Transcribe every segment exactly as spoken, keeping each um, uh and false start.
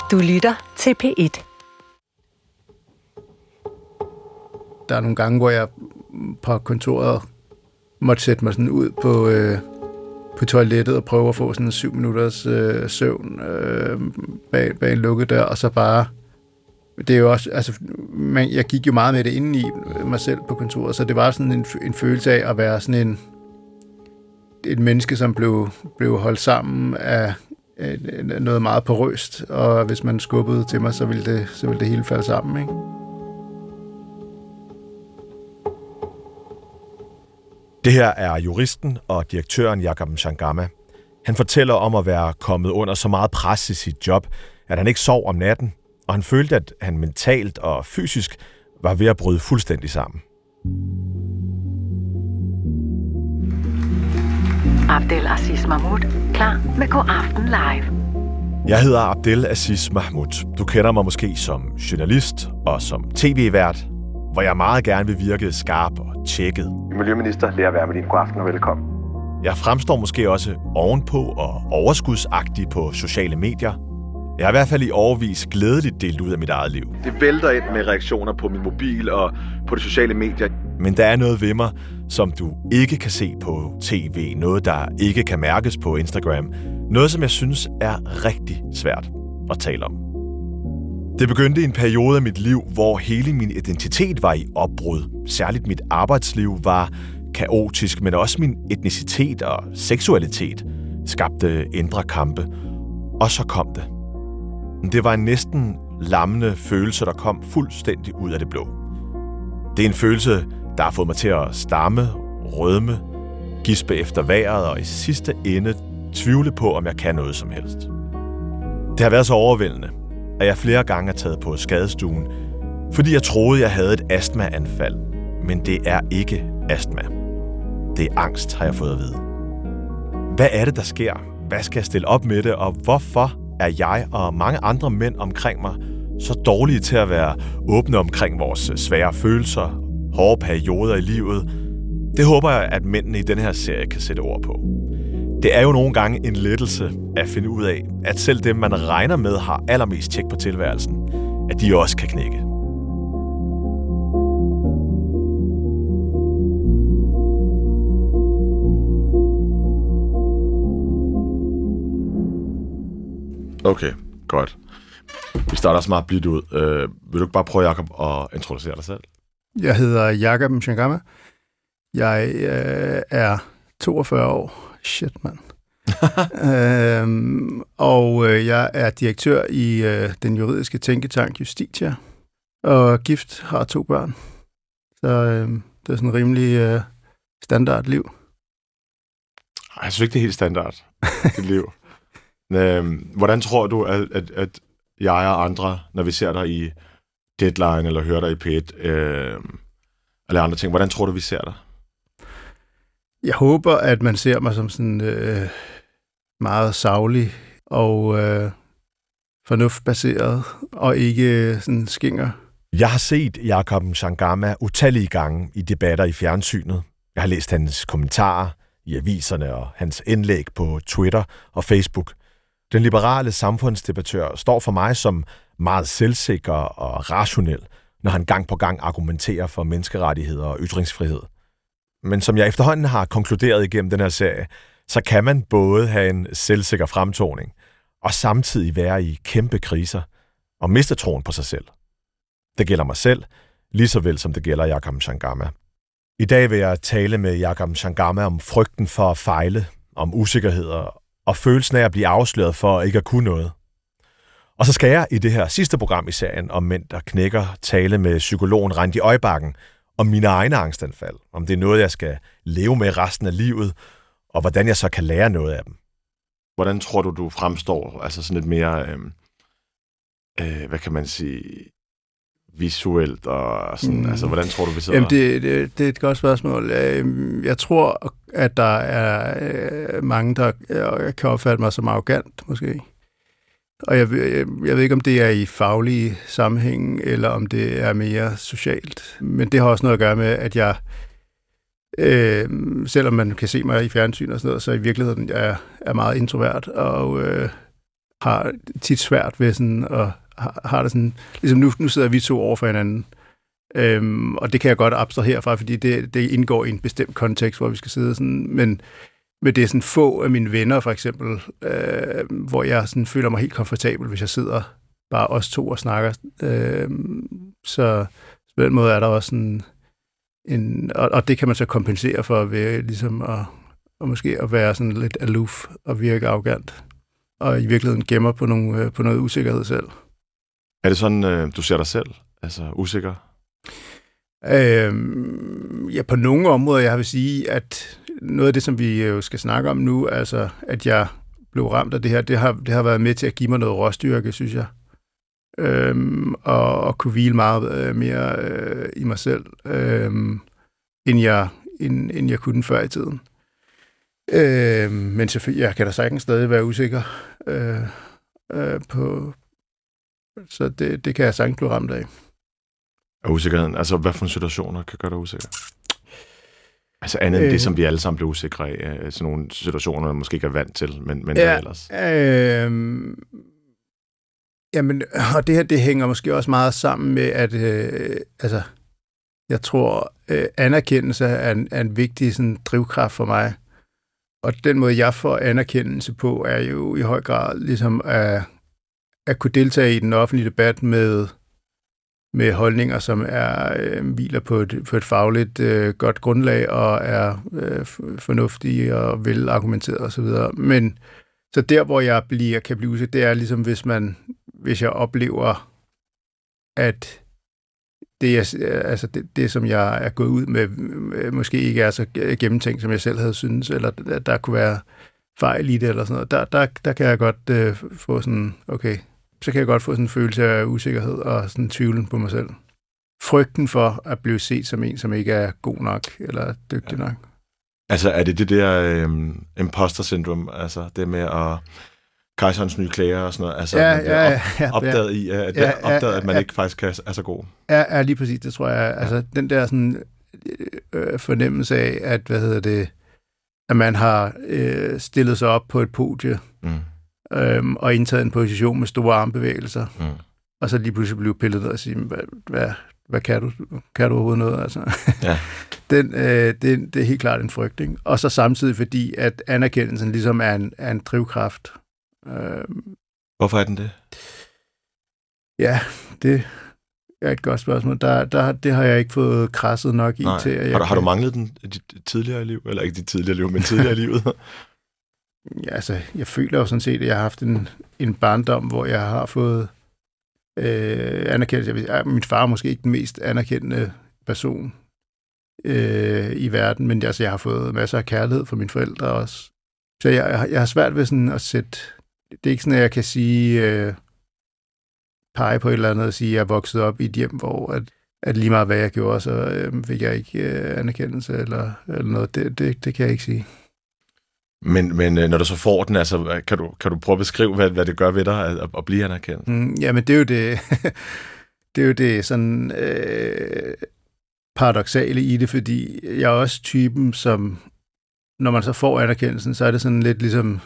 Du lytter til P et. Der er nogle gange, hvor jeg på kontoret måtte sætte mig sådan ud på, øh, på toilettet og prøve at få sådan en syv minutters øh, søvn øh, bag, bag en lukket dør, og så bare... Det er jo også... Altså, man, jeg gik jo meget med det inde i mig selv på kontoret, så det var sådan en, en følelse af at være sådan en... et menneske, som blev, blev holdt sammen af, af noget meget porøst, og hvis man skubbede til mig, så ville det, så ville det hele falde sammen, ikke? Det her er juristen og direktøren Jacob Mchangama. Han fortæller om at være kommet under så meget pres i sit job, at han ikke sov om natten, og han følte, at han mentalt og fysisk var ved at bryde fuldstændig sammen. Abdel Aziz Mahmoud, klar med God Aften Live. Jeg hedder Abdel Aziz Mahmoud. Du kender mig måske som journalist og som tv-vært, hvor jeg meget gerne vil virke skarp og tjekket. Miljøminister Lea Wermelin, god aften og velkommen. Jeg fremstår måske også ovenpå og overskudsagtig på sociale medier. Jeg har i hvert fald i årevis glædeligt delt ud af mit eget liv. Det vælter ind med reaktioner på min mobil og på de sociale medier. Men der er noget ved mig, som du ikke kan se på tv. Noget, der ikke kan mærkes på Instagram. Noget, som jeg synes er rigtig svært at tale om. Det begyndte i en periode af mit liv, hvor hele min identitet var i opbrud. Særligt mit arbejdsliv var kaotisk, men også min etnicitet og seksualitet skabte indre kampe. Og så kom det. Det var en næsten lammende følelse, der kom fuldstændig ud af det blå. Det er en følelse, der har fået mig til at stamme, rødme, gispe efter vejret og i sidste ende tvivle på, om jeg kan noget som helst. Det har været så overvældende, at jeg flere gange er taget på skadestuen, fordi jeg troede, jeg havde et astmaanfald. Men det er ikke astma. Det er angst, har jeg fået at vide. Hvad er det, der sker? Hvad skal jeg stille op med det, og hvorfor er jeg og mange andre mænd omkring mig så dårlige til at være åbne omkring vores svære følelser, hårde perioder i livet? Det håber jeg, at mændene i den her serie kan sætte ord på. Det er jo nogle gange en lettelse at finde ud af, at selv dem, man regner med, har allermest tjek på tilværelsen, at de også kan knække. Okay, godt. Vi starter så meget blidt ud. Øh, vil du ikke bare prøve, Jacob, at introducere dig selv? Jeg hedder Jacob Mchangama. Jeg øh, er toogfyrre år. Shit, mand. øhm, og øh, jeg er direktør i øh, den juridiske tænketank Justitia, og gift, har to børn. Så øh, det er sådan en rimelig øh, standard liv. Jeg synes ikke, det er helt standard, dit liv. Øhm, hvordan tror du, at, at, at jeg og andre, når vi ser dig i Deadline eller hører dig i P et, øh, eller andre ting, hvordan tror du, vi ser dig? Jeg håber, at man ser mig som sådan øh, meget saglig og øh, fornuftbaseret, og ikke sådan skinger. Jeg har set Jacob Mchangama utallige gange i debatter i fjernsynet. Jeg har læst hans kommentarer i aviserne og hans indlæg på Twitter og Facebook. Den liberale samfundsdebattør står for mig som meget selvsikker og rationel, når han gang på gang argumenterer for menneskerettigheder og ytringsfrihed. Men som jeg efterhånden har konkluderet igennem den her serie, så kan man både have en selvsikker fremtoning og samtidig være i kæmpe kriser og miste troen på sig selv. Det gælder mig selv, lige så vel som det gælder Jacob Mchangama. I dag vil jeg tale med Jacob Mchangama om frygten for at fejle, om usikkerheder og følelsen af at blive afsløret for ikke at kunne noget. Og så skal jeg i det her sidste program i serien om mænd, der knækker, tale med psykologen Randi Øjbakken om mine egne angstanfald, om det er noget, jeg skal leve med resten af livet, og hvordan jeg så kan lære noget af dem. Hvordan tror du, du fremstår? Altså sådan lidt mere, øh, øh, hvad kan man sige, visuelt og sådan, mm. altså hvordan tror du, vi sidder? Jamen, det, det, det er et godt spørgsmål. Jeg tror, at der er mange, der kan opfatte mig som arrogant, måske. Og jeg, jeg, jeg ved ikke, om det er i faglige sammenhæng, eller om det er mere socialt. Men det har også noget at gøre med, at jeg, øh, selvom man kan se mig i fjernsyn og sådan noget, så i virkeligheden er jeg er meget introvert, og øh, har tit svært ved sådan, og har, har det sådan, ligesom nu, nu sidder vi to over for hinanden, øhm, og det kan jeg godt abstrahere fra, fordi det, det indgår i en bestemt kontekst, hvor vi skal sidde sådan, men, men det er sådan få af mine venner, for eksempel, øh, hvor jeg sådan føler mig helt komfortabel, hvis jeg sidder bare os to og snakker. Øh, så på den måde er der også sådan en, og, og det kan man så kompensere for ved ligesom at, og måske at være sådan lidt aloof og virke arrogant, og i virkeligheden gemmer på, nogle, på noget usikkerhed selv. Er det sådan, øh, du ser dig selv? Altså usikker? Øhm, ja, på nogle områder, jeg vil sige, at noget af det, som vi jo skal snakke om nu, altså at jeg blev ramt af det her, det har, det har været med til at give mig noget råstyrke, synes jeg. Øhm, og, og kunne hvile meget øh, mere øh, i mig selv, øh, end, jeg, end, end jeg kunne før i tiden. Øh, men selvfølgelig, jeg kan da sagtens stadig være usikker øh, øh, på, så det, det kan jeg sagtens blive ramt af. Og usikkerheden, altså hvad for situationer kan gøre dig usikker? Altså andet end øh, det, som vi alle sammen bliver usikre af, sådan nogle situationer, man måske ikke er vant til, men, men ja, hvad ellers? Øh, jamen, og det her, det hænger måske også meget sammen med, at øh, altså, jeg tror, øh, anerkendelse er en, er en vigtig sådan, drivkraft for mig. Og den måde, jeg får anerkendelse på, er jo i høj grad ligesom at, at kunne deltage i den offentlige debat med, med holdninger, som er øh, hviler på et, på et fagligt øh, godt grundlag og er øh, fornuftige og velargumenteret osv. Men så der, hvor jeg bliver, kan blive usikker, det er ligesom, hvis, man, hvis jeg oplever, at det, er, altså det, det, som jeg er gået ud med, måske ikke er så gennemtænkt, som jeg selv havde syntes, eller der, der kunne være fejl i det, eller sådan noget. Der, der, der kan jeg godt øh, få sådan, okay, så kan jeg godt få sådan en følelse af usikkerhed og sådan tvivlen på mig selv. Frygten for at blive set som en, som ikke er god nok, eller dygtig ja. nok. Altså, er det det der øhm, imposter syndrom, altså det med at kejserens nye klæder og sådan noget, altså ja, man bliver ja, ja, op, opdaget ja, i, at, ja, opdaget, ja, at man ja, ikke faktisk er, er så god. Ja, ja, lige præcis, det tror jeg. Altså, den der sådan øh, fornemmelse af, at, hvad hedder det, at man har øh, stillet sig op på et podie, mm. øhm, og indtaget en position med store armbevægelser, mm. og så lige pludselig blive pillet ned og sige, hvad, hvad, hvad kan du? Kan du overhovedet noget? Altså. Ja. Den, øh, det, det er helt klart en frygt, ikke? Og så samtidig fordi, at anerkendelsen ligesom er en, er en drivkraft. Øh, Hvorfor er den det? Ja, det er et godt spørgsmål. Der, der, det har jeg ikke fået krasset nok i Nej. til. At jeg har, du, har kan... du manglet den i dit tidligere liv? Eller ikke dit tidligere liv, men tidligere i livet? Ja, altså, jeg føler jo sådan set, at jeg har haft en, en barndom, hvor jeg har fået øh, anerkendelse. Jeg, min far er måske ikke den mest anerkendende person øh, i verden, men altså, jeg har fået masser af kærlighed fra mine forældre også. Så jeg, jeg har svært ved sådan at sætte... Det er ikke sådan, at jeg kan sige... Øh, pege på et eller andet og sige, at jeg er vokset op i et hjem, hvor at, at lige meget hvad jeg gjorde, så øh, fik jeg ikke øh, anerkendelse eller, eller noget. Det, det, det kan jeg ikke sige. Men, men når du så får den, altså, kan du, kan du prøve at beskrive, hvad, hvad det gør ved dig at, at blive anerkendt? Mm, jamen, det er jo det, det, er jo det sådan, øh, paradoksale i det, fordi jeg er også typen, som når man så får anerkendelsen, så er det sådan lidt ligesom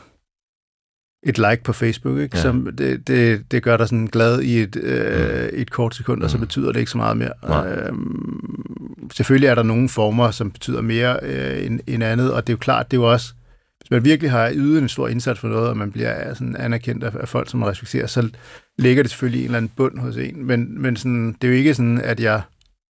et like på Facebook, ikke? Ja. Som det, det, det gør dig sådan glad i et, øh, mm. et kort sekund, og mm. så betyder det ikke så meget mere. Øhm, selvfølgelig er der nogle former, som betyder mere øh, end, end andet, og det er jo klart, det er jo også, hvis man virkelig har ydet en stor indsats for noget, og man bliver sådan anerkendt af, af folk, som man respekterer, så ligger det selvfølgelig en eller anden bund hos en. Men, men sådan, det er jo ikke sådan, at jeg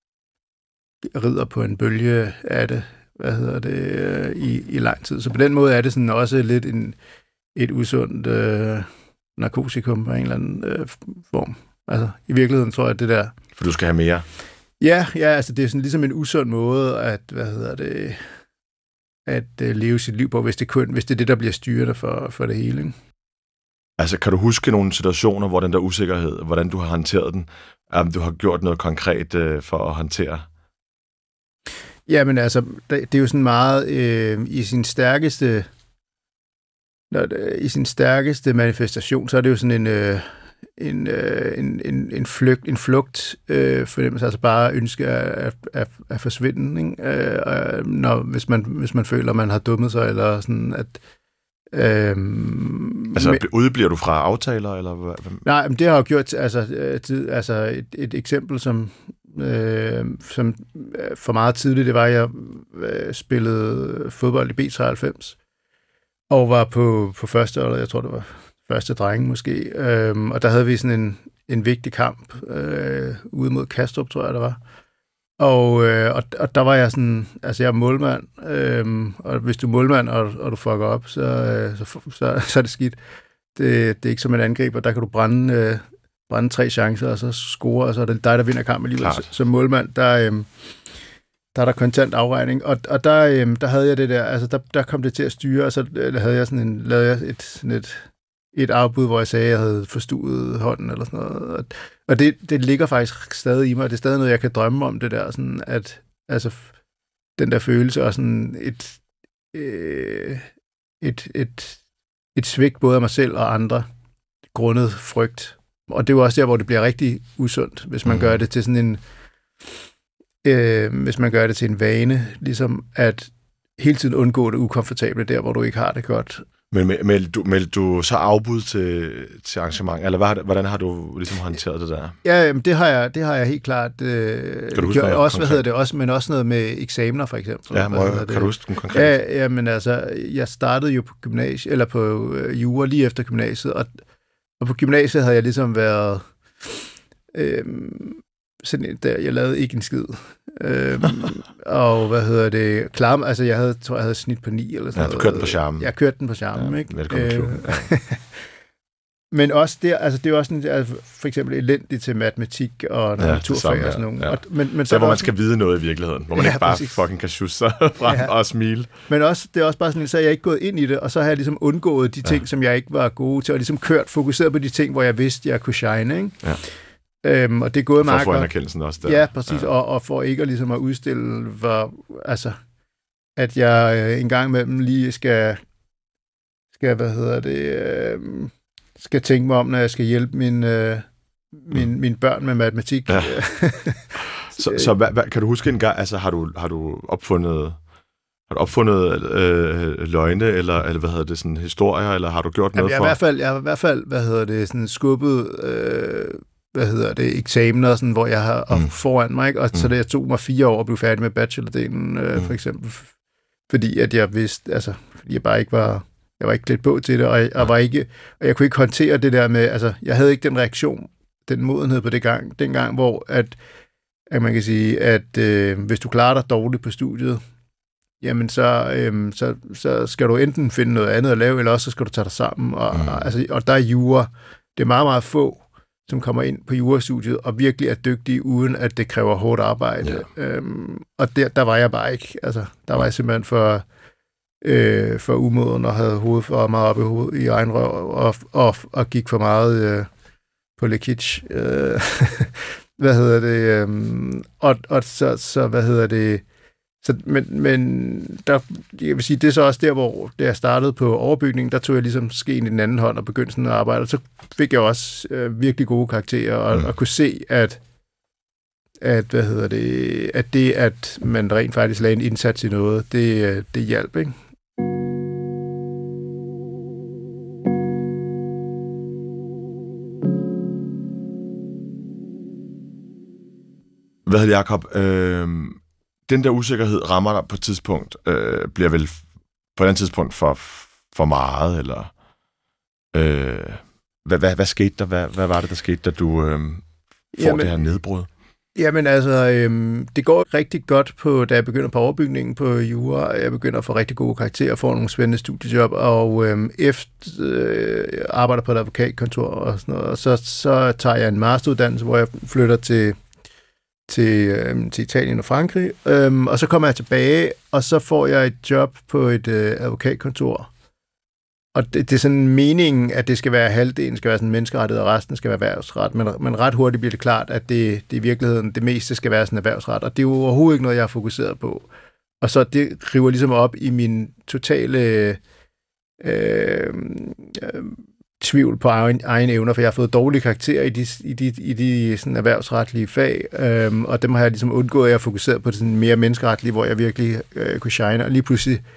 rider på en bølge af det, hvad hedder det, øh, i, i lang tid. Så på den måde er det sådan også lidt en et usundt øh, narkotikum på en eller anden øh, form. Altså, i virkeligheden tror jeg, at det der... For du skal have mere? Ja, ja, altså det er sådan ligesom en usund måde at, hvad hedder det, at uh, leve sit liv på, hvis det, kun, hvis det er det, der bliver styrende for, for det hele, ikke? Altså, kan du huske nogle situationer, hvor den der usikkerhed, hvordan du har håndteret den, om du har gjort noget konkret øh, for at håndtere? Ja, men altså, det, det er jo sådan meget øh, i sin stærkeste... Når det, i sin stærkeste manifestation, så er det jo sådan en, øh, en, øh, en, en, en flugt, en flugt øh, fornemmelse, altså bare ønske at, at, at forsvinde, ikke? Øh, når, hvis, man, hvis man føler, at man har dummet sig, eller sådan, at, Øhm, altså, men, udebliver du fra aftaler, eller hvad? Nej, men det har jeg jo gjort, altså, tid, altså et, et eksempel, som, øh, som for meget tidligt, det var, at jeg øh, spillede fodbold i B treoghalvfems, og var på, på første, eller jeg tror, det var første drenge måske, øhm, og der havde vi sådan en, en vigtig kamp øh, ude mod Kastrup, tror jeg, det var. Og, øh, og, og der var jeg sådan, altså jeg er målmand, øh, og hvis du er målmand, og, og du fucker op, så, øh, så, så, så er det skidt. Det, det er ikke som en angriber, der kan du brænde, øh, brænde tre chancer, og så score, og så er det dig, der vinder kampen alligevel. Så, som målmand, der, øh, der er der kontant afregning, og, og der, øh, der havde jeg det der, altså der, der kom det til at styre, og så havde jeg sådan en, lavede jeg et, sådan et, et afbud, hvor jeg sagde, at jeg havde forstuet hånden, eller sådan noget, og Og det, det ligger faktisk stadig i mig, og det er stadig noget, jeg kan drømme om, det der, sådan at, altså, den der følelse, og sådan et, øh, et, et, et svigt både af mig selv og andre, grundet frygt. Og det er jo også der, hvor det bliver rigtig usundt, hvis man mm. gør det til sådan en, øh, hvis man gør det til en vane, ligesom at hele tiden undgå det ukomfortable der, hvor du ikke har det godt. Men meldte du, meld du så afbud til, til arrangement, eller hvad, hvordan har du ligesom håndteret det der? Ja, jamen, det har jeg, det har jeg helt klart øh, kan du huske gjort, noget også, hvad konkret? hedder det, også, men også noget med eksamener, for eksempel. Ja, må, kan det? du huske den konkret? Ja, ja, men altså, jeg startede jo på gymnasiet, eller på øh, jura lige efter gymnasiet, og, og på gymnasiet havde jeg ligesom været øh, sådan der, jeg lavede ikke en skid. Øhm, og hvad hedder det, klar, altså jeg havde, tror jeg havde snit på ni eller sådan noget. Ja, du kørte den på charmen. Jeg kørte den på charmen, ja, ikke? Velkommen til klubben. Men også der, altså det er også en, altså for eksempel elendigt til matematik og ja, naturfag og sådan nogle. Ja. Og, men, men så der, hvor man også, skal vide noget i virkeligheden, hvor man ja, ikke bare præcis. fucking kan sjusse sig frem ja. og smile. Men også, det er også bare sådan, så er jeg ikke gået ind i det, og så har jeg ligesom undgået de ting, ja. som jeg ikke var gode til, og ligesom kørt, fokuseret på de ting, hvor jeg vidste, jeg kunne shine, ikke? Ja. Øhm, og det er gået meget godt. For at få anerkendelsen også der. Ja, præcis, ja. Og, og for ikke at, ligesom at udstille, hvor, altså, at jeg øh, en gang imellem lige skal, skal hvad hedder det, øh, skal tænke mig om, når jeg skal hjælpe min, øh, min, mm. mine børn med matematik. Ja. så så hvad, hvad, kan du huske en gang, altså har du, har du opfundet... Har du opfundet øh, løgne, eller, eller hvad hedder det, sådan historier, eller har du gjort noget Jamen, jeg for... I hvert fald, jeg har i hvert fald, hvad hedder det, sådan skubbet, øh, hvad hedder det, eksamener, sådan, hvor jeg har mm. foran mig, ikke? Og mm. så det jeg tog mig fire år at blive færdig med bachelordelen, øh, mm. for eksempel, fordi at jeg vidste, altså, fordi jeg bare ikke var, jeg var ikke klædt på til det, og jeg, og var ikke, og jeg kunne ikke håndtere det der med, altså, jeg havde ikke den reaktion, den modenhed på det gang, den gang, hvor at, at man kan sige, at øh, hvis du klarer dig dårligt på studiet, jamen så, øhm, så, så skal du enten finde noget andet at lave, eller også så skal du tage dig sammen. Og, mm. altså, og der er jura. Det er meget, meget få, som kommer ind på jurastudiet og virkelig er dygtige, uden at det kræver hårdt arbejde. Ja. Øhm, og der, der var jeg bare ikke. Altså, der var jeg simpelthen for, øh, for umoden og havde hovedet for meget op i, hovedet, i egen røv og, og, og gik for meget øh, på Le Kitsch. Øh, hvad hedder det? Øh, og, og så, så, hvad hedder det? Så, men, men der, jeg vil sige, det er så også der, hvor da jeg startede på overbygningen, der tog jeg ligesom skeen i den anden hånd og begyndte sådan at arbejde, og så fik jeg også øh, virkelig gode karakterer, og, mm. og kunne se, at, at, hvad hedder det, at det, at man rent faktisk lagde en indsats i noget, det, det hjalp, ikke? Hvad hedder det, Jacob? Øh... Den der usikkerhed rammer dig på et tidspunkt, øh, bliver vel på et andet tidspunkt for, for meget, eller øh, hvad, hvad, hvad skete der? Hvad, hvad var det, der skete, da du øh, får jamen, det her nedbrud? Jamen altså, øh, det går rigtig godt, på, da jeg begynder på overbygningen på jura. Jeg begynder at få rigtig gode karakterer, får nogle spændende studiejob, og øh, efter øh, arbejder på et advokatkontor og sådan noget, og så, så tager jeg en masteruddannelse, hvor jeg flytter til Til, øhm, til Italien og Frankrig, øhm, og så kommer jeg tilbage, og så får jeg et job på et øh, advokatkontor. Og det, det er sådan meningen, at det skal være halvdelen, skal være sådan menneskerettighed, og resten skal være erhvervsret, men, men ret hurtigt bliver det klart, at det, det i virkeligheden, det meste skal være sådan erhvervsret, og det er jo overhovedet ikke noget, jeg har fokuseret på. Og så det river ligesom op i min totale øh, øh, tvivl på egen, egen evner, for jeg har fået dårlige karakterer i de, i de, i de sådan erhvervsretlige fag, øhm, og dem har jeg ligesom undgået, at jeg fokuseret på det sådan mere menneskeretlige, hvor jeg virkelig øh, kunne shine, og lige pludselig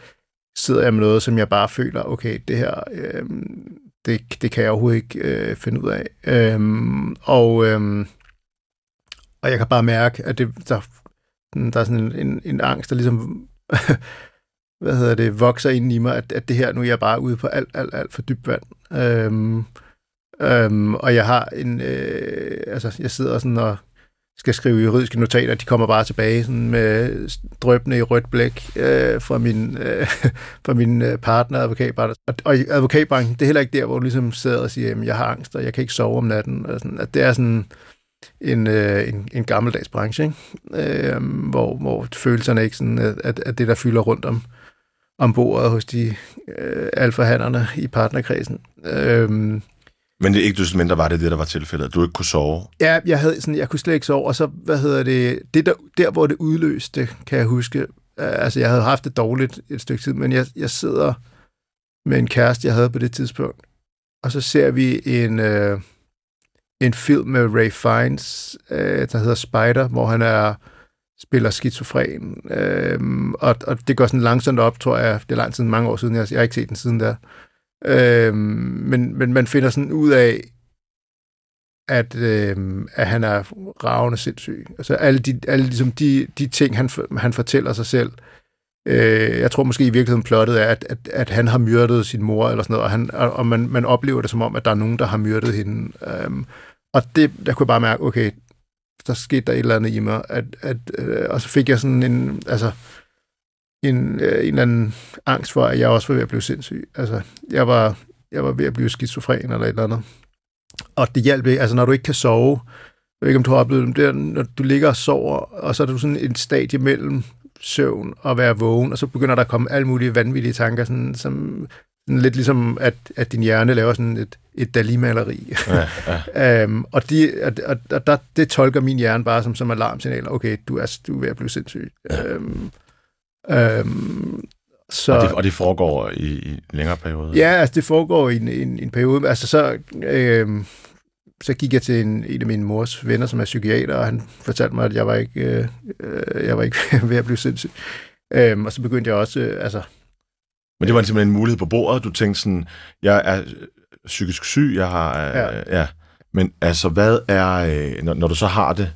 sidder jeg med noget, som jeg bare føler, okay, det her, øh, det, det kan jeg overhovedet ikke øh, finde ud af. Øh, og, øh, og jeg kan bare mærke, at det, der, der er sådan en, en, en angst, der ligesom hvad hedder det, vokser ind i mig, at, at det her, nu er jeg bare ude på alt, alt, alt for dybt vand. Øhm, øhm, og jeg har en, øh, altså jeg sidder sådan og skal skrive juridiske notater, de kommer bare tilbage sådan med drøbende i rødt blæk øh, fra min, øh, fra min partner, advokatpartner. Og, og advokatbranchen, det er heller ikke der, hvor du ligesom sidder og siger, at jeg har angst, og jeg kan ikke sove om natten. Og sådan, at det er sådan en, øh, en, en gammeldags branche, ikke? Øh, hvor, hvor følelserne ikke sådan, at, at det, der fylder rundt om om bordet hos de øh, alfahannerne i partnerkredsen. Øhm, Men det er ikke du mindre var det det, der var tilfældet, at du ikke kunne sove? Ja, jeg havde sådan, jeg kunne slet ikke sove, og så, hvad hedder det, det der, der hvor det udløste, kan jeg huske, øh, altså jeg havde haft det dårligt et stykke tid, men jeg, jeg sidder med en kæreste, jeg havde på det tidspunkt, og så ser vi en, øh, en film med Ray Fiennes, øh, der hedder Spider, hvor han er spiller skizofren, øhm, og, og det går sådan langsomt op, tror jeg. Det er lang tid, mange år siden. Jeg, jeg har ikke set den siden der. Øhm, men, men man finder sådan ud af, at, øhm, at han er ravende sindssyg. Altså alle de, alle, ligesom de, de ting, han, han fortæller sig selv. Øh, jeg tror måske i virkeligheden plottet er, at, at, at han har myrdet sin mor, eller sådan noget, og, han, og man, man oplever det som om, at der er nogen, der har myrdet hende. Øhm, og det, der kunne jeg bare mærke, okay, der skete der et eller andet i mig, at, at, øh, og så fik jeg sådan en, altså, en, øh, en eller anden angst for, at jeg også var ved at blive sindssyg. Altså, jeg var, jeg var ved at blive skizofren eller et eller andet. Og det hjalp ikke, altså når du ikke kan sove, jeg ved ikke, om du har oplevet det, når du ligger og sover, og så er du sådan en stadie mellem søvn og være vågen, og så begynder der at komme alle mulige vanvittige tanker, sådan, som sådan lidt ligesom, at, at din hjerne laver sådan et, et Dalí-maleri. Ja, ja. øhm, og de, og, og der, det tolker min hjerne bare som, som alarmsignaler. Okay, du er, du er ved at blive sindssyg. Ja. Øhm, øhm, så, og, det, og det foregår i, i en længere periode? Ja, altså det foregår i en, en, en periode. Altså så, øhm, så gik jeg til en, en af mine mors venner, som er psykiater, og han fortalte mig, at jeg var ikke, øh, jeg var ikke ved at blive sindssyg. Øhm, og så begyndte jeg også, øh, altså... Men det var simpelthen en mulighed på bordet. Du tænkte sådan, jeg er psykisk syg, jeg har... Øh, ja. ja. Men altså, hvad er... Øh, når, når du så har det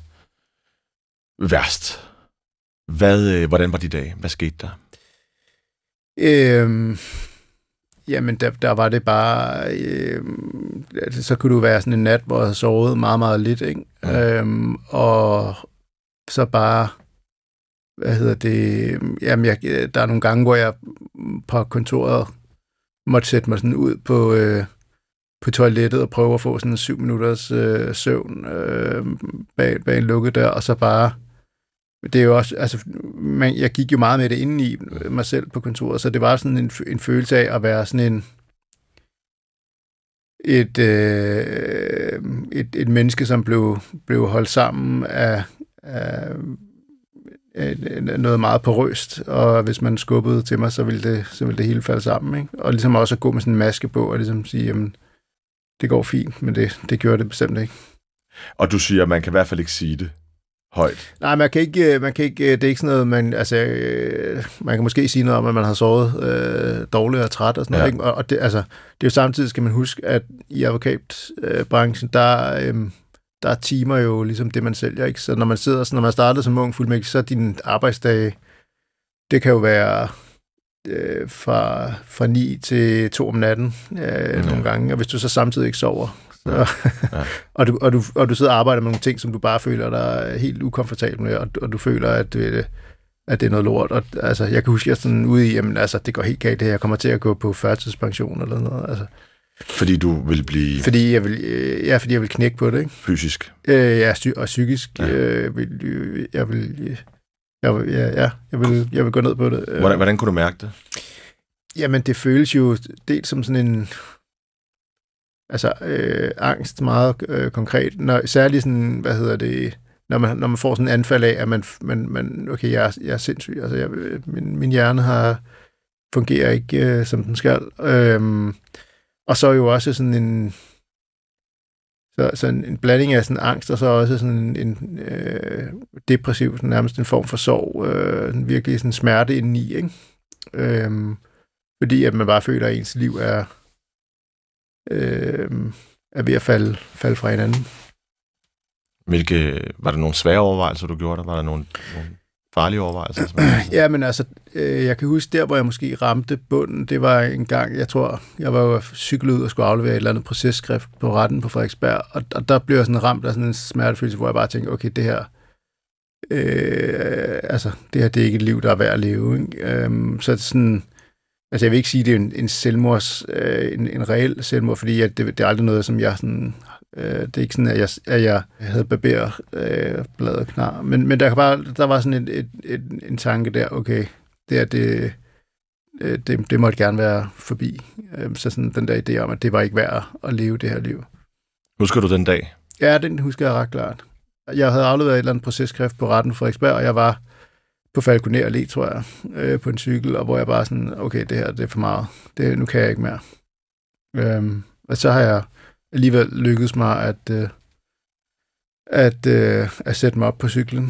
værst, hvad, øh, hvordan var de dage? Hvad skete der? Øhm, jamen, der, der var det bare... Øh, så kunne du være sådan en nat, hvor jeg havde sovet meget, meget lidt, ikke? Ja. Øhm, og så bare... Hvad hedder det? Jamen, jeg, der er nogle gange, hvor jeg på kontoret måtte sætte mig sådan ud på, øh, på toilettet og prøve at få sådan en syv minutters øh, søvn øh, bag, bag en lukket dør, og så bare... Det er jo også... Altså, man, jeg gik jo meget med det inde i mig selv på kontoret, så det var sådan en, en følelse af at være sådan en... Et, øh, et, et menneske, som blev, blev holdt sammen af... af noget meget porøst, og hvis man skubbede til mig, så ville det, så ville det hele falde sammen, ikke? Og ligesom også at gå med sådan en maske på, og ligesom sige, jamen, det går fint, men det, det gjorde det bestemt ikke. Og du siger, at man kan i hvert fald ikke sige det højt. Nej, man kan ikke, man kan ikke, det er ikke sådan noget, man, altså, man kan måske sige noget om, at man har sovet øh, dårligt og træt og sådan ja. noget, ikke? Og, og det, altså, det er jo samtidig, skal man huske, at i advokatbranchen, der øh, der er timer jo ligesom det, man sælger, ikke? Så når man sidder, så når man starter som ung fuldmægtig, så er din arbejdsdag, det kan jo være øh, fra, fra ni til to om natten øh, ja. nogle gange, og hvis du så samtidig ikke sover, så, ja. og, du, og, du, og du sidder og arbejder med nogle ting, som du bare føler dig helt ukomfortabel med, og, og du føler, at, øh, at det er noget lort. Og, altså, jeg kan huske, at jeg er sådan ude i, jamen altså, det går helt galt det her, jeg kommer til at gå på førtidspension eller noget, altså. Fordi du vil blive... Fordi jeg vil, øh, ja, fordi jeg vil knække på det, ikke? Fysisk? Øh, ja, sy- og psykisk. Ja. Øh, vil, øh, jeg vil... Jeg vil, ja, ja, jeg vil, jeg vil gå ned på det. Hvordan, hvordan kunne du mærke det? Jamen, det føles jo dels som sådan en... Altså, øh, angst meget øh, konkret. Når, særligt sådan, hvad hedder det... Når man, når man får sådan en anfald af, at man... man, man okay, jeg er, jeg er sindssyg. Altså, jeg, min, min hjerne har fungerer ikke, øh, som den skal. Øh, Og så er jo også sådan en, så, sådan en blanding af sådan angst, og så også sådan en, en øh, depressiv, sådan nærmest en form for sorg, øh, virkelig sådan smerte indeni, ikke? Øhm, fordi at man bare føler, at ens liv er, øh, er ved at falde, falde fra hinanden. Hvilke, var der nogle svære overvejelser, du gjorde der? Var der nogle, nogle farlige overvejelser? Som ja, men altså, øh, jeg kan huske der, hvor jeg måske ramte bunden, det var en gang, jeg tror, jeg var jo cyklet ud og skulle aflevere et eller andet processkrift på retten på Frederiksberg, og, og der blev jeg sådan ramt af sådan en smertefølelse, hvor jeg bare tænkte, okay, det her, øh, altså, det her, det er ikke et liv, der er værd at leve, ikke? Øhm, så sådan, altså, jeg vil ikke sige, det er en, en selvmords, øh, en, en reel selvmord, fordi at det, det er aldrig noget, som jeg sådan, øh, det er ikke sådan, at jeg, at jeg havde barberet øh, bladet knar, men, men der, bare, der var sådan et, et, et, en tanke der, okay, det er det, det, det måtte gerne være forbi. Så sådan den der idé om, at det var ikke værd at leve det her liv. Husker du den dag? Ja, den husker jeg ret klart. Jeg havde afleveret et eller andet processkrift på retten på Frederiksberg, og jeg var på Falconer Allé, tror jeg, øh, på en cykel, og hvor jeg bare sådan, okay, det her, det er for meget. Det, nu kan jeg ikke mere. Øhm, og så har jeg alligevel lykkedes mig at, øh, at, øh, at sætte mig op på cyklen.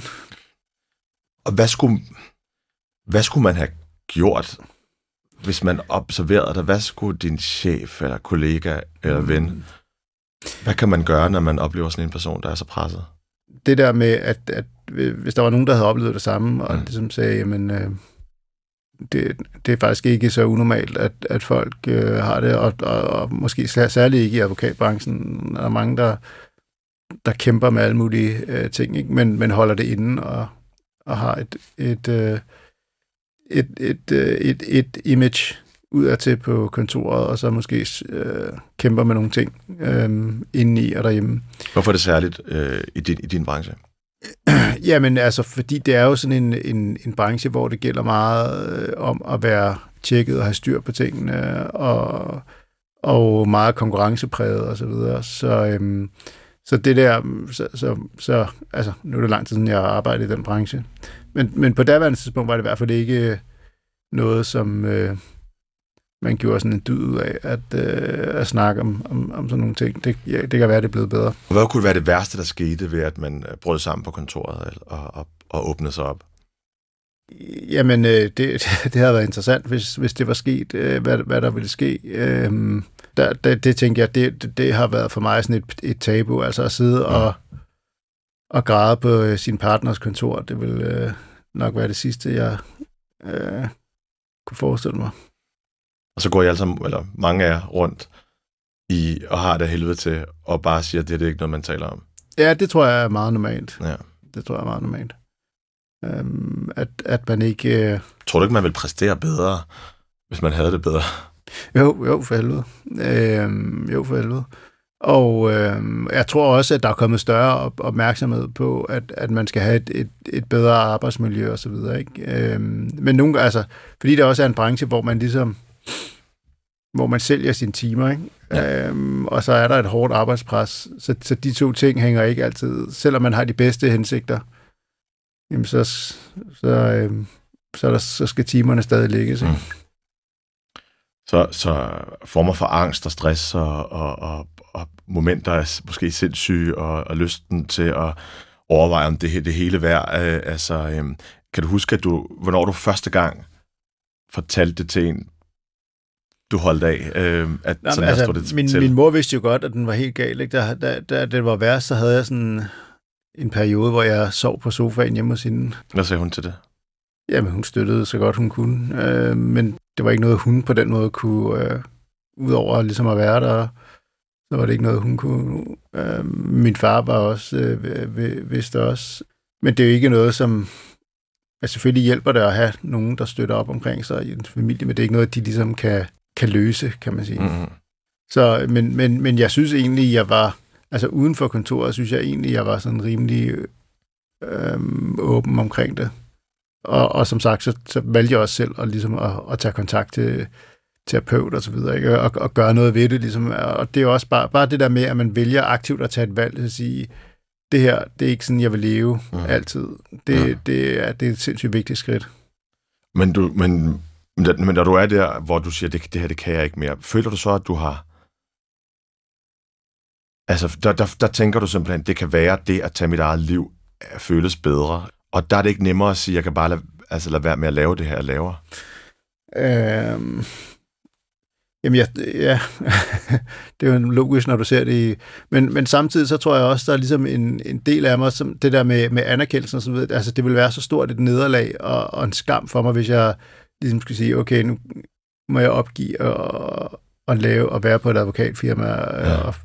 Og hvad skulle, hvad skulle man have gjort, hvis man observerede dig? Hvad skulle din chef, eller kollega, eller ven, hvad kan man gøre, når man oplever sådan en person, der er så presset? Det der med, at, at hvis der var nogen, der havde oplevet det samme, og mm. ligesom sagde, jamen, øh, det, det er faktisk ikke så unormalt, at, at folk øh, har det, og, og, og måske særligt ikke i advokatbranchen. Der er mange, der, der kæmper med alle mulige øh, ting, ikke? Men, men holder det inde, og, og har et, et, øh, et, et, øh, et, et image udadtil på kontoret, og så måske øh, kæmper med nogle ting øh, indeni og derhjemme. Hvorfor er det særligt øh, i, din, i din branche? Jamen, altså, fordi det er jo sådan en, en, en branche, hvor det gælder meget øh, om at være tjekket og have styr på tingene, og, og meget konkurrencepræget og så videre. Så, øhm, så det der, så, så, så, altså, nu er det lang tid siden, jeg har arbejdet i den branche. Men, men på daværende tidspunkt var det i hvert fald ikke noget, som øh, man gjorde sådan en dyd ud af, at, øh, at snakke om, om, om sådan nogle ting. Det, ja, det kan være, det er blevet bedre. Og hvad kunne være det værste, der skete ved, at man brød sammen på kontoret og, og, og åbnede sig op? Jamen, øh, det, det havde været interessant, hvis, hvis det var sket, øh, hvad, hvad der ville ske. Øh, der, det, det tænker jeg, det, det, det har været for mig sådan et, et tabu, altså at sidde ja. og, og græde på øh, sin partners kontor. Det vil øh, nok være det sidste, jeg øh, kunne forestille mig. Og så går I alle sammen, eller mange af jer, rundt i, og har det helvede til, og bare siger, at det, det er ikke noget, man taler om. Ja, det tror jeg er meget normalt. Ja. Det tror jeg er meget normalt. Um, at, at man ikke... Uh... Tror du ikke, man vil præstere bedre, hvis man havde det bedre? Jo, jo, for helvede. Uh, jo, for helvede. Og uh, jeg tror også, at der er kommet større op- opmærksomhed på, at, at man skal have et, et, et bedre arbejdsmiljø og så videre, ikke? Uh, men nogle, altså, fordi det også er en branche, hvor man ligesom hvor man sælger sine timer, ikke? Ja. Øhm, og så er der et hårdt arbejdspres. Så, så de to ting hænger ikke altid. Selvom man har de bedste hensigter, jamen så, så, øhm, så, der, så skal timerne stadig ligge. Så. Mm. Så, så former for angst og stress og, og, og, og momenter af måske sindssyge og, og lysten til at overveje, om det, det hele værd. Øh, altså, øhm, kan du huske, at du, hvornår du første gang fortalte det til en, du holdt af, øh, at Jamen, sådan altså, her stod det min, til? Min mor vidste jo godt, at den var helt gal. Ikke? Da, da, da det var værst, så havde jeg sådan en periode, hvor jeg sov på sofaen hjemme hos hende. Hvad sagde hun til det? Jamen, hun støttede så godt hun kunne, øh, men det var ikke noget, hun på den måde kunne, øh, udover ligesom at være der, så var det ikke noget, hun kunne. Øh, min far var også, øh, vidste også, men det er jo ikke noget, som... Altså, selvfølgelig hjælper det at have nogen, der støtter op omkring sig i en familie, men det er ikke noget, de ligesom kan, kan løse, kan man sige. Mm-hmm. Så, men, men, men jeg synes egentlig, jeg var... Altså, uden for kontoret, synes jeg egentlig, jeg var sådan rimelig øh, åben omkring det. Og, og som sagt, så, så valgte jeg også selv at, ligesom, at, at tage kontakt til terapeut og så videre, ikke? Og, og gøre noget ved det. Ligesom. Og det er også bare, bare det der med, at man vælger aktivt at tage et valg, at sige, det her, det er ikke sådan, jeg vil leve mm. altid. Det, mm. det, er, det er et sindssygt vigtigt skridt. Men, du, men, men når du er der, hvor du siger, det, det her, det kan jeg ikke mere, føler du så, at du har... Altså, der, der, der tænker du simpelthen, det kan være det at tage mit eget liv, føles bedre. Og der er det ikke nemmere at sige, jeg kan bare lade, altså lade være med at lave det her, jeg laver. Øhm, Jamen, ja, ja. Det er jo logisk, når du ser det i... Men, men samtidig så tror jeg også, der er ligesom en, en del af mig, som det der med, med anerkendelsen og sådan noget, altså det vil være så stort et nederlag og, og en skam for mig, hvis jeg ligesom skulle sige, okay, nu må jeg opgive og, og lave og være på et advokatfirma ja. og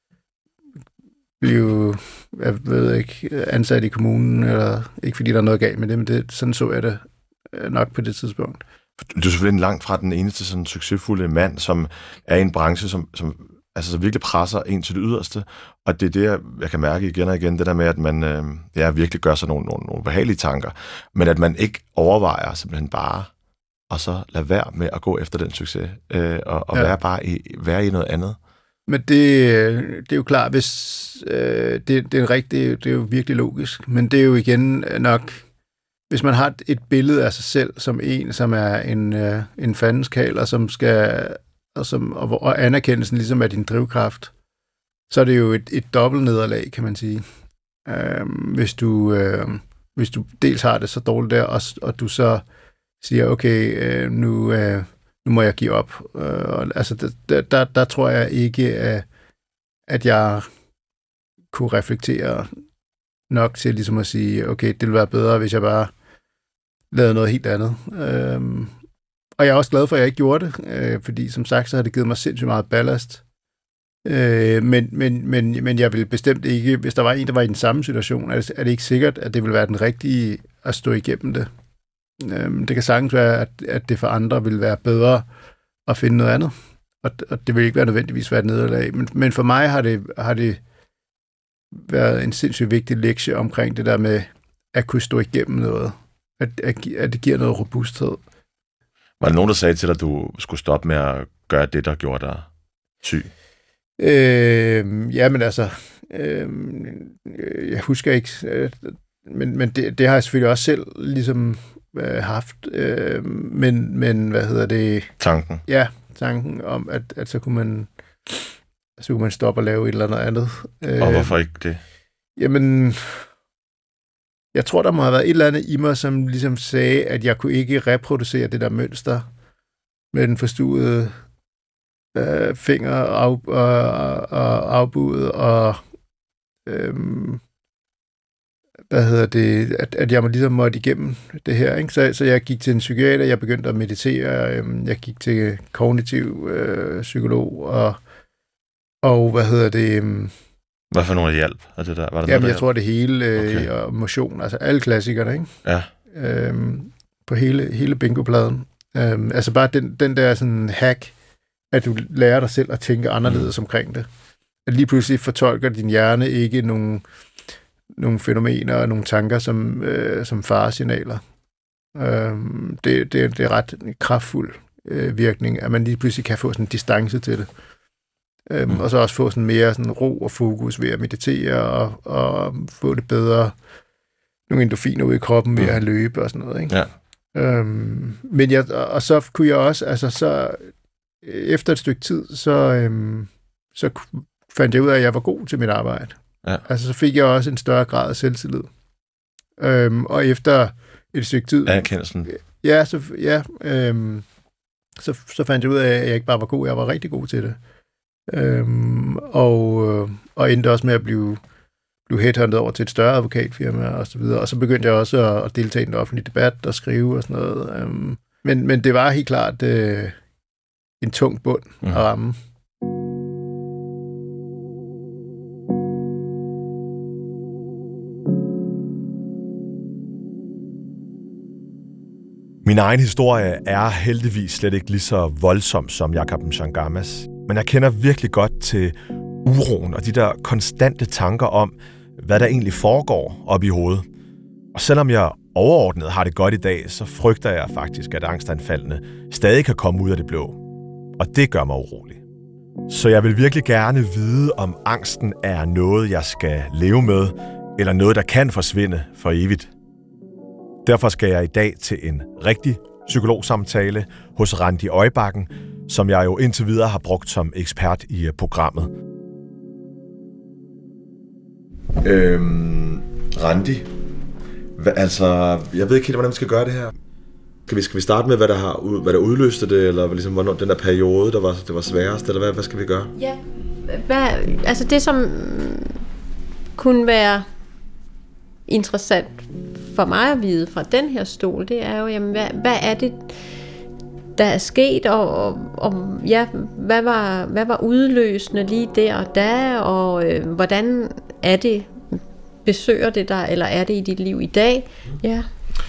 blive, jeg ved ikke, ansat i kommunen, eller ikke fordi der er noget galt med det, men det, sådan så jeg det nok på det tidspunkt. Du er selvfølgelig langt fra den eneste sådan succesfulde mand, som er i en branche, som, som altså, så virkelig presser en til det yderste. Og det er det, jeg kan mærke igen og igen, det der med, at man øh, ja, virkelig gør sig nogle, nogle, nogle behagelige tanker, men at man ikke overvejer simpelthen bare, og så lade være med at gå efter den succes, øh, og, og ja. være bare i, være i noget andet. Men det, det er jo klart, hvis øh, det, det er rigtigt, det er jo virkelig logisk, men det er jo igen nok... Hvis man har et billede af sig selv som en, som er en, øh, en fandenskal, og som skal, og, som, og, og anerkendelsen ligesom er din drivkraft, så er det jo et, et dobbelt nederlag, kan man sige. Øh, hvis, du, øh, hvis du dels har det så dårligt der, og, og du så siger, okay, øh, nu, øh, nu må jeg give op. Øh, altså, der, der, der tror jeg ikke, at, at jeg kunne reflektere nok til ligesom at sige, okay, det ville være bedre, hvis jeg bare lavede noget helt andet. Øhm, og jeg er også glad for, at jeg ikke gjorde det, øh, fordi som sagt, så har det givet mig sindssygt meget ballast. Øh, men, men, men, men jeg vil bestemt ikke, hvis der var en, der var i den samme situation, er det, er det ikke sikkert, at det vil være den rigtige at stå igennem det. Øh, det kan sagtens være, at, at det for andre vil være bedre at finde noget andet. Og, og det vil ikke være nødvendigvis være et nederlag. Men, men for mig har det, har det været en sindssygt vigtig lektie omkring det der med at kunne stå igennem noget. At, at, at det giver noget robusthed. Var der nogen, der sagde til dig, at du skulle stoppe med at gøre det, der gjorde dig syg? Øh, ja, men altså, øh, jeg husker ikke, øh, men, men det, det har jeg selvfølgelig også selv ligesom øh, haft. Øh, men, men hvad hedder det? Tanken. Ja, tanken om, at, at så kunne man så kunne man stoppe og lave et eller andet andet. Og hvorfor ikke det? Jamen, jeg tror, der må have været et eller andet i mig, som ligesom sagde, at jeg kunne ikke reproducere det der mønster med den forstuede øh, finger og, af, og, og afbudet, og øhm, hvad hedder det, at, at jeg ligesom måtte igennem det her. Ikke? Så, så jeg gik til en psykiater, jeg begyndte at meditere, øh, jeg gik til kognitiv øh, psykolog, og, og hvad hedder det... Øh, Hvad for noget hjælp? Er det der? Var der Jamen, noget, jeg tror, det hele, øh, okay. og motion, altså alle klassikerne, ikke? Ja. Øhm, på hele, hele bingopladen. Øhm, altså bare den, den der sådan hack, at du lærer dig selv at tænke anderledes mm. omkring det. At lige pludselig fortolker din hjerne ikke nogle, nogle fænomener og nogle tanker som, øh, som faresignaler. Øhm, det, det, det er ret kraftfuld øh, virkning, at man lige pludselig kan få sådan en distance til det. Øhm, mm. Og så også få sådan mere sådan ro og fokus ved at meditere og, og få det bedre, nogle endorfiner ud i kroppen ved mm. at løbe og sådan noget, ikke? Ja. Øhm, men jeg, og så kunne jeg også, altså så efter et stykke tid, så, øhm, så fandt jeg ud af, at jeg var god til mit arbejde. Ja. Altså så fik jeg også en større grad af selvtillid. Øhm, og efter et stykke tid... Anerkendelsen. Ja, så, ja øhm, så, så fandt jeg ud af, at jeg ikke bare var god, jeg var rigtig god til det. Øhm, og, og endte også med at blive, blive headhunted over til et større advokatfirma og så videre. Og så begyndte jeg også at, at deltage i den offentlige debat og skrive og sådan noget. Øhm, men, men det var helt klart øh, en tung bund mm. at ramme. Min egen historie er heldigvis slet ikke lige så voldsom som Jacob Mchangamas. Men jeg kender virkelig godt til uroen og de der konstante tanker om, hvad der egentlig foregår op i hovedet. Og selvom jeg overordnet har det godt i dag, så frygter jeg faktisk, at angstanfaldene stadig kan komme ud af det blå. Og det gør mig urolig. Så jeg vil virkelig gerne vide, om angsten er noget, jeg skal leve med, eller noget, der kan forsvinde for evigt. Derfor skal jeg i dag til en rigtig psykologsamtale hos Randi Øjbakken, som jeg jo indtil videre har brugt som ekspert i programmet. Øhm, Randi, Hva, altså, jeg ved ikke helt, hvordan vi skal gøre det her. Skal vi, skal vi starte med, hvad der, har, hvad der udløste det, eller ligesom, hvornår den der periode, der var, det var sværest, eller hvad, hvad skal vi gøre? Ja, hvad, altså det, som kunne være interessant for mig at vide fra den her stol, det er jo, jamen, hvad, hvad er det, der er sket, og, og, og ja, hvad var, hvad var udløsende lige der og da, og øh, hvordan er det, besøger det dig, eller er det i dit liv i dag? Ja.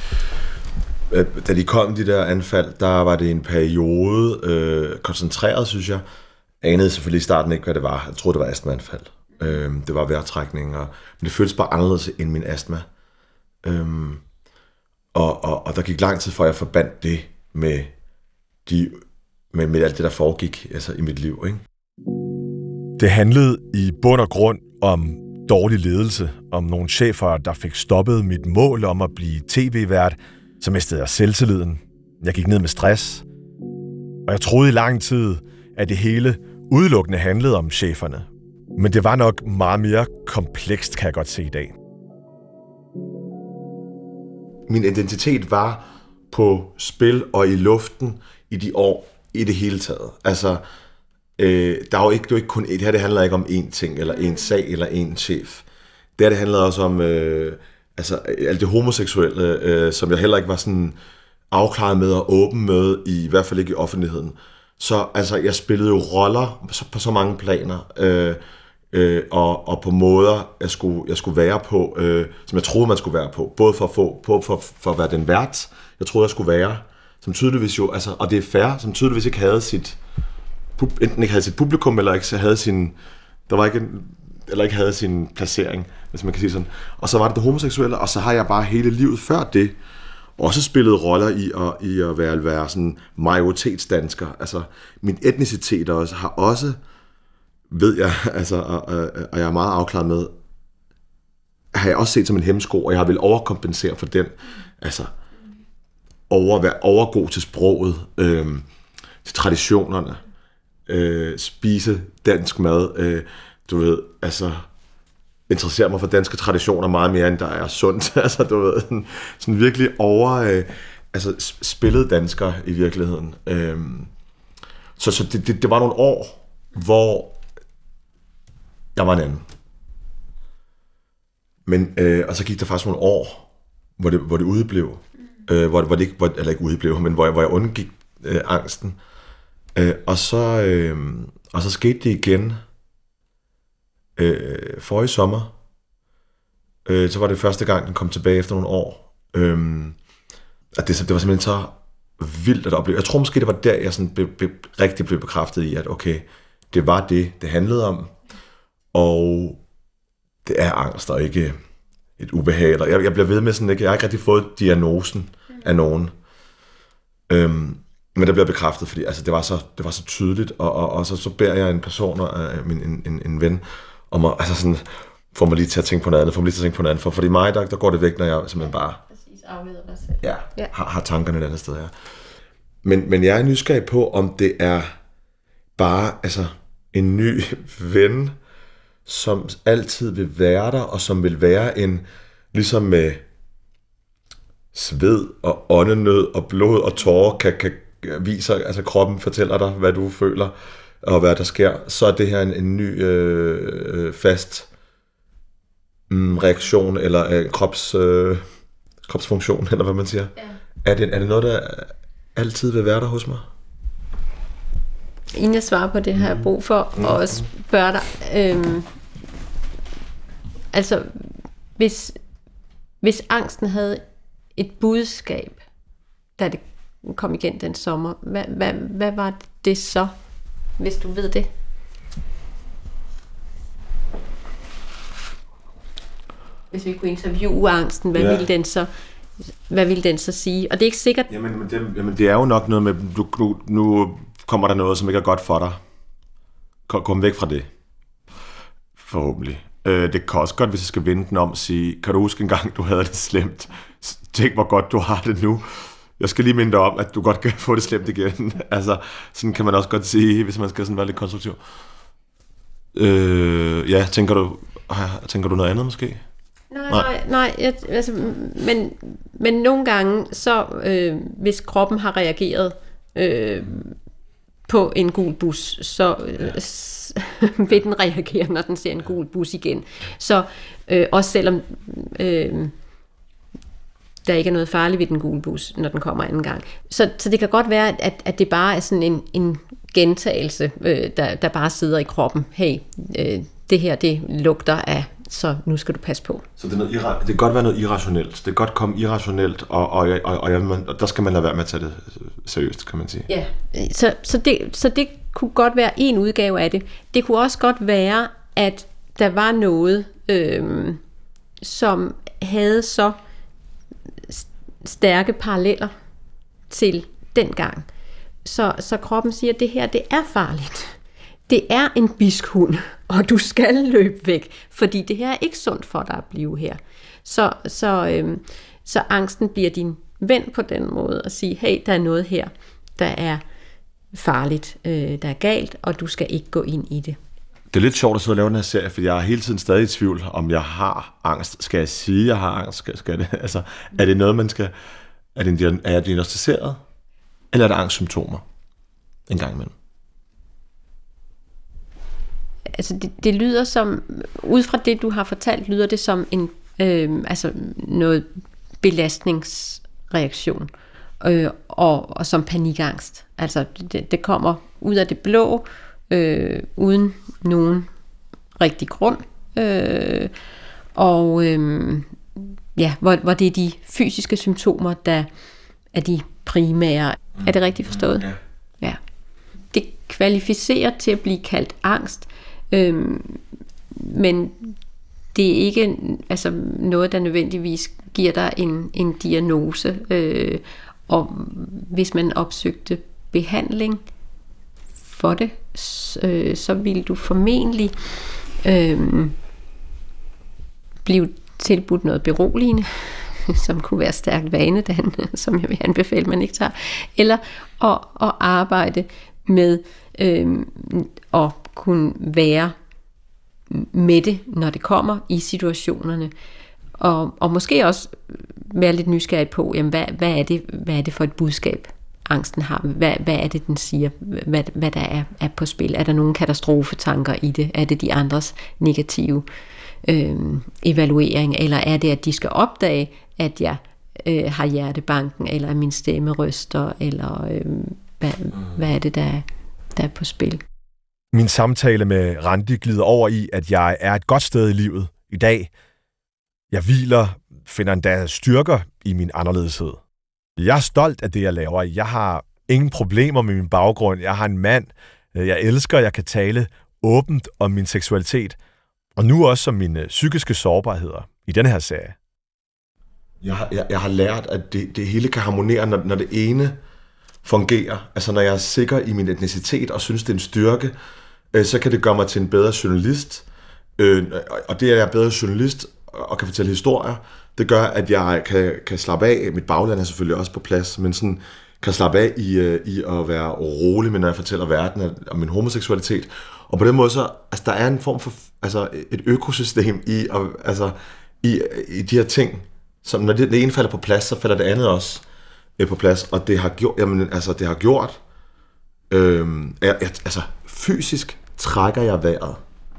Da de kom, de der anfald, der var det en periode øh, koncentreret, synes jeg. Jeg anede selvfølgelig i starten ikke, hvad det var. Jeg troede, det var astmaanfald. Øh, det var vejrtrækninger. Men det føltes bare anderledes end min astma. Øh, og, og, og der gik lang tid, før jeg forbandt det med, de, med, med alt det, der foregik altså, i mit liv. Ikke? Det handlede i bund og grund om dårlig ledelse, om nogle chefer, der fik stoppet mit mål om at blive tv-vært, så mistede jeg selvtilliden. Jeg gik ned med stress. Og jeg troede i lang tid, at det hele udelukkende handlede om cheferne. Men det var nok meget mere komplekst, kan jeg godt se i dag. Min identitet var på spil og i luften i de år i det hele taget. Altså, øh, der er jo ikke, det er jo ikke kun et. Det her det handler ikke om én ting, eller én sag, eller én chef. Det her det handler også om... Øh, Altså alt det homoseksuelle, øh, som jeg heller ikke var sådan afklaret med og åben med, i, i hvert fald ikke i offentligheden. Så altså, jeg spillede jo roller på så, på så mange planer, øh, øh, og, og på måder, jeg skulle, jeg skulle være på, øh, som jeg troede, man skulle være på. Både for at, få, på, for, for at være den vært, jeg troede, jeg skulle være, som tydeligvis jo, altså, og det er fair, som tydeligvis ikke havde sit, enten ikke havde sit publikum, eller ikke havde sin, der var ikke en, eller ikke havde sin placering, hvis man kan sige sådan. Og så var det det homoseksuelle, og så har jeg bare hele livet før det også spillet roller i at, i at være, være sådan majoritetsdansker. Altså, min etnicitet også, har også, ved jeg, altså, og, og jeg er meget afklaret med, har jeg også set som en hemsko, og jeg har vel overkompensere for den. Altså, over, være overgod til sproget, øh, til traditionerne, øh, spise dansk mad, øh, du ved, altså interesserer mig for danske traditioner meget mere, end der er sundt. altså, du ved, sådan, sådan virkelig over, øh, altså spillet dansker i virkeligheden. Øh, så så det, det, det var nogle år, hvor jeg var en anden. Men, øh, og så gik der faktisk nogle år, hvor det, hvor det udeblev. Øh, hvor, hvor det ikke, hvor, eller ikke udeblev, men hvor jeg, hvor jeg undgik øh, angsten. Øh, og, så, øh, og så skete det igen øh, forrige sommer. Øh, så var det første gang, den kom tilbage efter nogle år. Øh, og det, det var simpelthen så vildt at opleve. Jeg tror måske, det var der, jeg sådan be, be, rigtig blev bekræftet i, at okay, det var det, det handlede om. Og det er angst og ikke et ubehag. Jeg, jeg bliver ved med sådan, ikke? Jeg har ikke rigtig fået diagnosen af nogen. Øhm, men det bliver bekræftet, fordi altså, det, var så, det var så tydeligt, og, og, og så, så beder jeg en person, uh, min, en, en, en ven, om at altså sådan, få mig lige til at tænke på noget andet, få mig lige til at tænke på noget andet, for fordi mig, der, der går det væk, når jeg simpelthen bare Præcis, afleder dig selv. Ja, ja. Har, har tankerne et andet sted her. Men, men jeg er nysgerrig på, om det er bare altså, en ny ven, som altid vil være der, og som vil være en, ligesom med sved og åndenød og blod og tårer, kan, kan vise, altså kroppen fortæller dig, hvad du føler, og hvad der sker, så er det her en, en ny øh, fast mm, reaktion, eller øh, krops, øh, kropsfunktion, eller hvad man siger. Ja. Er, det, er det noget, der altid vil være der hos mig? Inden jeg svarer på det, har jeg brug for mm. at spørge dig, øhm, altså, hvis, hvis angsten havde et budskab, da det kom igen den sommer, hvad, hvad, hvad var det så, hvis du ved det? Hvis vi kunne interviewe angsten, hvad, ja. ville den så, hvad ville den så sige? Og det er ikke sikkert... Jamen, det, jamen, det er jo nok noget med, du, nu, nu kommer der noget, som ikke er godt for dig. Kom, kom væk fra det. Forhåbentlig. Øh, det kan også godt, hvis jeg skal vende den om, og sige, kan du huske en gang, du havde det slemt? Tænk, hvor godt du har det nu. Jeg skal lige minde dig om, at du godt kan få det slemt igen. altså, sådan kan man også godt sige, hvis man skal sådan være lidt konstruktiv. Øh, ja, tænker du, tænker du noget andet måske? Nej, nej, nej. Jeg, altså, men, men nogle gange, så øh, hvis kroppen har reageret øh, på en gul bus, så øh, s- vil den reagere, når den ser en gul bus igen. Så øh, også selvom øh, der ikke er noget farligt ved den gule bus, når den kommer anden gang. Så, så det kan godt være, at, at det bare er sådan en, en gentagelse, øh, der, der bare sidder i kroppen. Hey, øh, det her, det lugter af, så nu skal du passe på. Så det, er noget irra- det kan godt være noget irrationelt. Det kan godt komme irrationelt, og, og, og, og, og, og der skal man lade være med at tage det seriøst, kan man sige. Ja, så, så, det, så det kunne godt være en udgave af det. Det kunne også godt være, at der var noget, øh, som havde så stærke paralleller til dengang. Så, så kroppen siger, at det her, det er farligt. Det er en biskhund, og du skal løbe væk, fordi det her er ikke sundt for dig at blive her. Så, så, øhm, så angsten bliver din ven på den måde, og sige, hey, der er noget her, der er farligt, øh, der er galt, og du skal ikke gå ind i det. Det er lidt sjovt at sidde og lave den her serie, for jeg er hele tiden stadig i tvivl, om jeg har angst. Skal jeg sige, at jeg har angst? Skal, skal det, altså, er det noget, man skal... Er, det, er jeg diagnosticeret? Eller er det angstsymptomer? En gang imellem. Altså, det, det lyder som... Ud fra det, du har fortalt, lyder det som en, øh, altså noget belastningsreaktion. Øh, og, og som panikangst. Altså, det, det kommer ud af det blå, øh, uden nogen rigtig grund. Øh, og øh, ja, hvor, hvor det er de fysiske symptomer, der er de primære. Er det rigtigt forstået? Ja. Ja. Det kvalificerer til at blive kaldt angst, øh, men det er ikke altså, noget, der nødvendigvis giver dig en, en diagnose. Øh, og hvis man opsøgte behandling for det, øh, så ville du formentlig øh, blive tilbudt noget beroligende, som kunne være stærkt vanedannende, som jeg vil anbefale, man ikke tager, eller at, at arbejde med øh, at kunne være med det, når det kommer i situationerne, og, og måske også være lidt nysgerrig på, jamen, hvad, hvad, er det, hvad er det for et budskab, angsten har? Hvad, hvad er det, den siger? Hvad, hvad der er, er på spil? Er der nogle katastrofetanker i det? Er det de andres negative øh, evaluering? Eller er det, at de skal opdage, at jeg øh, har hjertebanken, eller at min stemme ryster, eller øh, hvad, hvad er det, der er, der er på spil? Min samtale med Randi glider over i, at jeg er et godt sted i livet i dag. Jeg hviler, finder endda styrker i min anderledeshed. Jeg er stolt af det, jeg laver. Jeg har ingen problemer med min baggrund. Jeg har en mand. Jeg elsker, jeg kan tale åbent om min seksualitet. Og nu også om mine psykiske sårbarheder i denne her serie. Jeg har, jeg, jeg har lært, at det, det hele kan harmonere, når, når det ene fungerer. Altså når jeg er sikker i min etnicitet og synes, det er en styrke, øh, så kan det gøre mig til en bedre journalist. Øh, og det, at jeg er bedre journalist og kan fortælle historier, det gør, at jeg kan, kan slappe af. Mit bagland er selvfølgelig også på plads, men sådan kan slappe af i, i at være rolig, når jeg fortæller verden om min homoseksualitet. Og på den måde så, altså der er en form for, altså et økosystem i, og, altså, i, i de her ting, som når det, det ene falder på plads, så falder det andet også øh, på plads. Og det har gjort, jamen, altså det har gjort, øh, jeg, jeg, altså fysisk trækker jeg vejret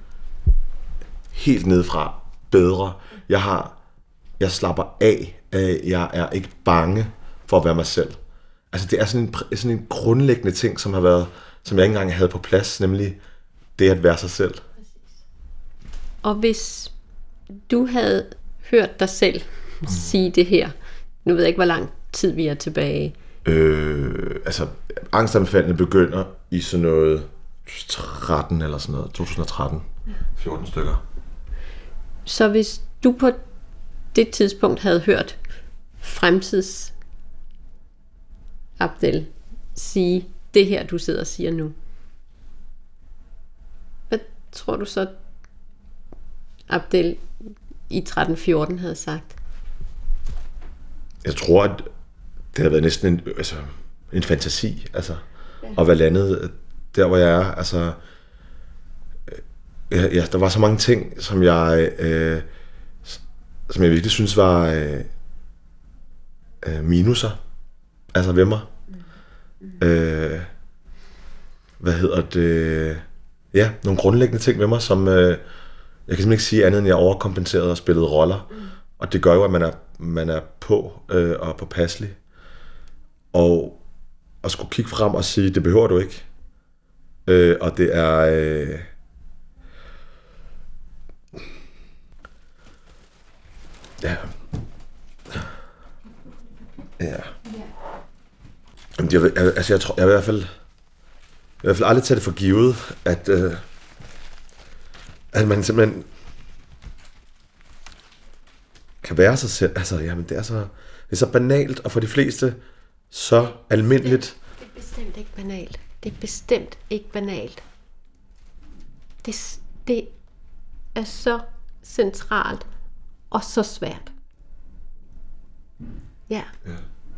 helt nedefra bedre. Jeg har Jeg slapper af, jeg er ikke bange for at være mig selv. Altså det er sådan en, sådan en grundlæggende ting, som har været, som jeg ikke engang havde på plads, nemlig det at være sig selv. Og hvis du havde hørt dig selv mm. sige det her, nu ved jeg ikke, hvor lang tid vi er tilbage. Øh, altså angstanfaldene begynder i sådan noget tretten eller sådan noget, to tusind og tretten, fjorten stykker. Så hvis du på det tidspunkt havde hørt fremtids Abdel sige det her, du sidder og siger nu, hvad tror du så, Abdel i tretten fjorten havde sagt? Jeg tror, at det har været næsten en, altså, en fantasi, altså, ja. At være landet der, hvor jeg er. Altså, ja, der var så mange ting, som jeg... Øh, som jeg virkelig synes var øh, øh, minuser, altså ved mig. Mm. Øh, hvad hedder det? Ja, nogle grundlæggende ting ved mig, som øh, jeg kan simpelthen ikke sige andet, end jeg overkompenserede og spillede roller. Mm. Og det gør jo, at man er, man er på øh, og påpasselig. Og at skulle kigge frem og sige, det behøver du ikke. Øh, og det er... Øh, ja. Ja. Jamen, jeg, jeg, altså, jeg tror, jeg vil i hvert fald... Jeg vil i hvert fald aldrig tage det for givet, at, øh, at man simpelthen kan være sig selv. Altså, jamen, det er så, det er så banalt, og for de fleste så almindeligt. Det er bestemt ikke banalt. Det er bestemt ikke banalt. Det, det er så centralt og så svært. Ja. Ja.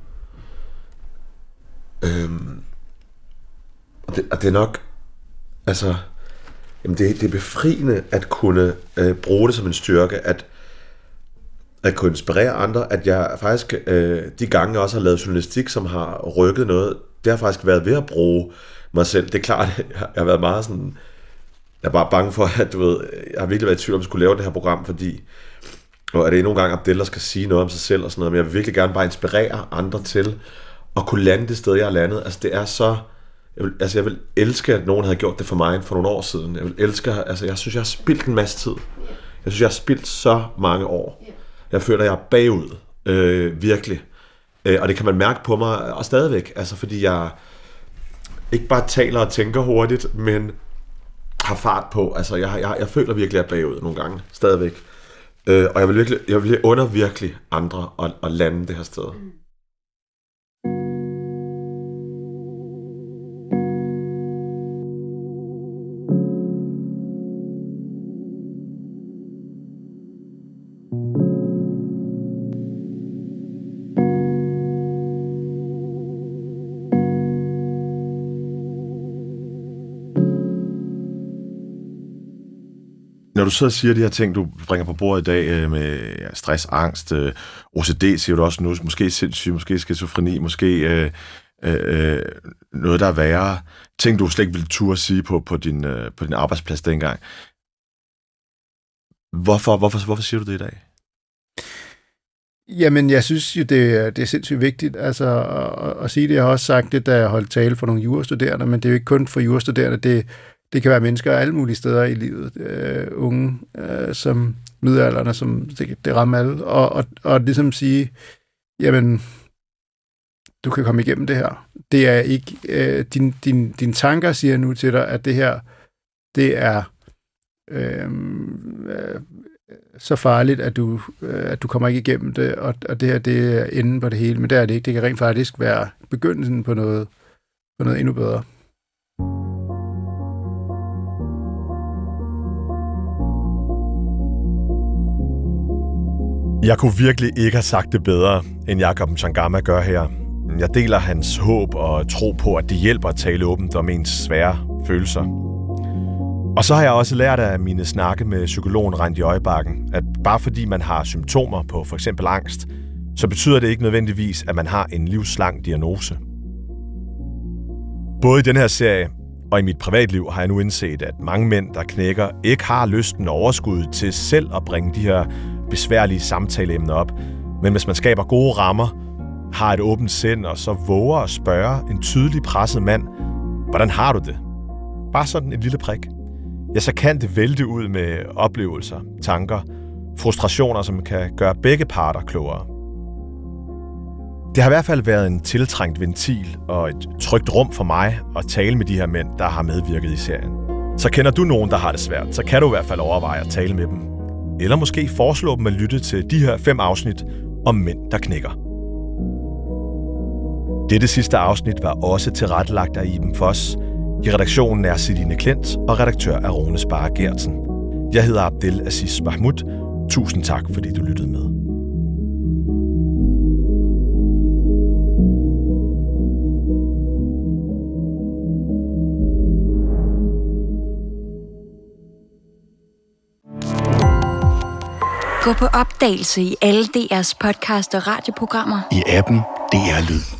Øhm. Og det, og det er nok, altså, jamen det, det er befriende at kunne øh, bruge det som en styrke, at, at kunne inspirere andre, at jeg faktisk, øh, de gange jeg også har lavet journalistik, som har rykket noget, det har faktisk været ved at bruge mig selv. Det er klart, jeg har været meget sådan, jeg er bare bange for, at du ved, jeg har virkelig været i tvivl om, at jeg skulle lave det her program, fordi, og er det nogle gange Abdel, der skal sige noget om sig selv og sådan noget, men jeg vil virkelig gerne bare inspirere andre til at kunne lande det sted, jeg har landet. Altså det er så... Jeg vil, altså jeg vil elske, at nogen havde gjort det for mig for nogle år siden. Jeg vil elske, altså jeg synes, jeg har spildt en masse tid. Jeg synes, jeg har spildt så mange år. Jeg føler, at jeg er bagud, øh, virkelig. Øh, og det kan man mærke på mig, og stadigvæk. Altså fordi jeg ikke bare taler og tænker hurtigt, men har fart på. Altså jeg, jeg, jeg føler virkelig, at jeg er bagud nogle gange, stadigvæk. Øh, og jeg vil virkelig, jeg vil under virkelig andre at, at lande det her sted. Når du sidder og siger de her ting, du bringer på bordet i dag øh, med ja, stress, angst, øh, O C D, siger du også nu, måske sindssyg, måske skizofreni, måske øh, øh, noget, der er værre. Ting, du slet ikke ville turde sige på, på, din, øh, på din arbejdsplads dengang. Hvorfor, hvorfor, hvorfor siger du det i dag? Jamen, jeg synes jo, det er, det er sindssygt vigtigt altså, at, at sige det. Jeg har også sagt det, da jeg holdt tale for nogle jurastuderende, men det er jo ikke kun for jurastuderende, det Det kan være mennesker alle mulige steder i livet, øh, unge, øh, som middelalderne, som det, det rammer alle, og, og, og ligesom sige, jamen, du kan komme igennem det her. Det er ikke, øh, din, din, din tanker siger nu til dig, at det her, det er øh, øh, så farligt, at du, øh, at du kommer ikke igennem det, og, og det her, det er enden på det hele, men det er det ikke. Det kan rent faktisk være begyndelsen på noget, på noget endnu bedre. Jeg kunne virkelig ikke have sagt det bedre, end Jacob Mchangama gør her. Jeg deler hans håb og tro på, at det hjælper at tale åbent om ens svære følelser. Og så har jeg også lært af mine snakke med psykologen Randi Øjebakken, at bare fordi man har symptomer på for eksempel angst, så betyder det ikke nødvendigvis, at man har en livslang diagnose. Både i den her serie og i mit privatliv har jeg nu indset, at mange mænd, der knækker, ikke har lysten og overskuddet til selv at bringe de her besværlige samtaleemner op. Men hvis man skaber gode rammer, har et åbent sind og så våger at spørge en tydelig presset mand, hvordan har du det? Bare sådan en lille prik. Ja, så kan det vælte ud med oplevelser, tanker, frustrationer, som kan gøre begge parter klogere. Det har i hvert fald været en tiltrængt ventil og et trygt rum for mig at tale med de her mænd, der har medvirket i serien. Så kender du nogen, der har det svært, så kan du i hvert fald overveje at tale med dem. Eller måske foreslå dem at lytte til de her fem afsnit om mænd, der knækker. Dette sidste afsnit var også tilrettelagt af Iben Foss. I redaktionen er Celine Klint, og redaktør er Rune Sparre Gertsen. Jeg hedder Abdel Aziz Mahmoud. Tusind tak, fordi du lyttede med. Gå på opdagelse i alle D R's podcast og radioprogrammer. I appen D R Lyd.